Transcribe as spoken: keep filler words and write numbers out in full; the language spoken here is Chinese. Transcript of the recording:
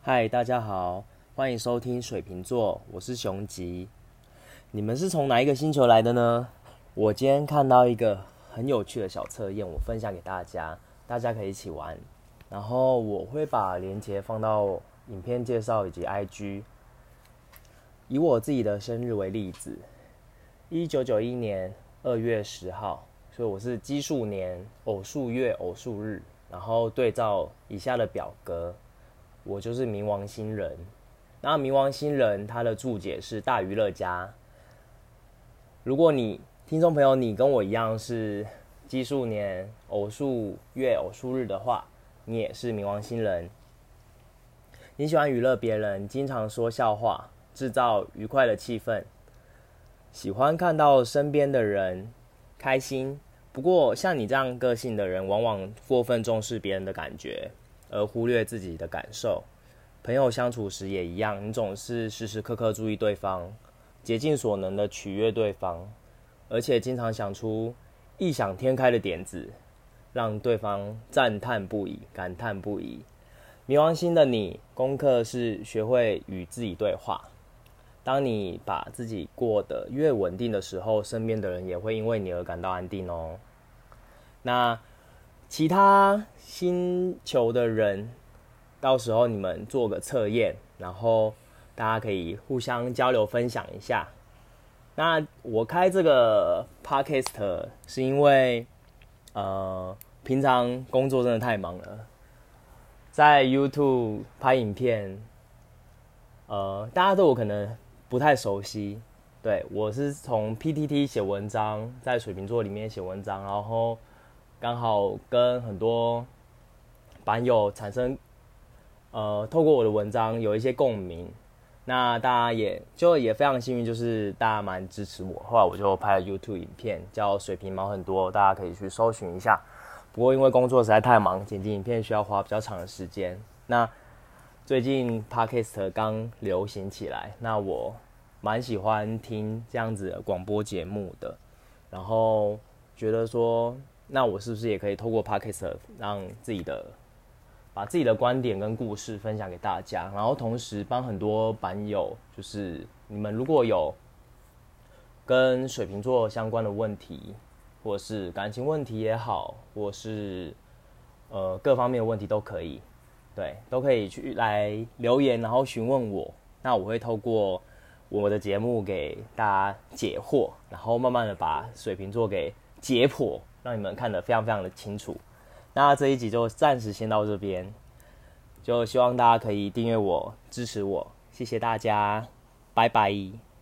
嗨，大家好，欢迎收听水瓶座，我是熊吉。你们是从哪一个星球来的呢？我今天看到一个很有趣的小测验，我分享给大家，大家可以一起玩。然后我会把链接放到影片介绍以及 I G。以我自己的生日为例子，一九九一年二月十号，所以我是奇数年、偶数月、偶数日，然后对照以下的表格。我就是冥王星人，那冥王星人他的注解是大娱乐家。如果你听众朋友你跟我一样是奇数年、偶数月、偶数日的话，你也是冥王星人。你喜欢娱乐别人，经常说笑话，制造愉快的气氛，喜欢看到身边的人开心。不过像你这样个性的人，往往过分重视别人的感觉，而忽略自己的感受。朋友相处时也一样，你总是时时刻刻注意对方，竭尽所能的取悦对方，而且经常想出异想天开的点子，让对方赞叹不已、感叹不已。冥王星的你，功课是学会与自己对话。当你把自己过得越稳定的时候，身边的人也会因为你而感到安定哦。那其他星球的人，到时候你们做个测验，然后大家可以互相交流分享一下。那我开这个 podcast 是因为呃平常工作真的太忙了，在 YouTube 拍影片，呃大家对我可能不太熟悉。对，我是从 P T T 写文章，在水瓶座里面写文章，然后刚好跟很多版友产生呃，透过我的文章有一些共鸣。那大家也就也非常幸运，就是大家蛮支持我。后来我就拍了 YouTube 影片，叫水瓶毛很多，大家可以去搜寻一下。不过因为工作实在太忙，剪辑影片需要花比较长的时间。那最近 Podcast 刚流行起来，那我蛮喜欢听这样子的广播节目的，然后觉得说，那我是不是也可以透过 Podcast 让自己的把自己的观点跟故事分享给大家，然后同时帮很多版友，就是你们如果有跟水瓶座相关的问题，或是感情问题也好，或是呃各方面的问题都可以，对，都可以去来留言，然后询问我。那我会透过我的节目给大家解惑，然后慢慢的把水瓶座给解剖，让你们看得非常非常的清楚。那这一集就暂时先到这边，就希望大家可以订阅我、支持我，谢谢大家，拜拜。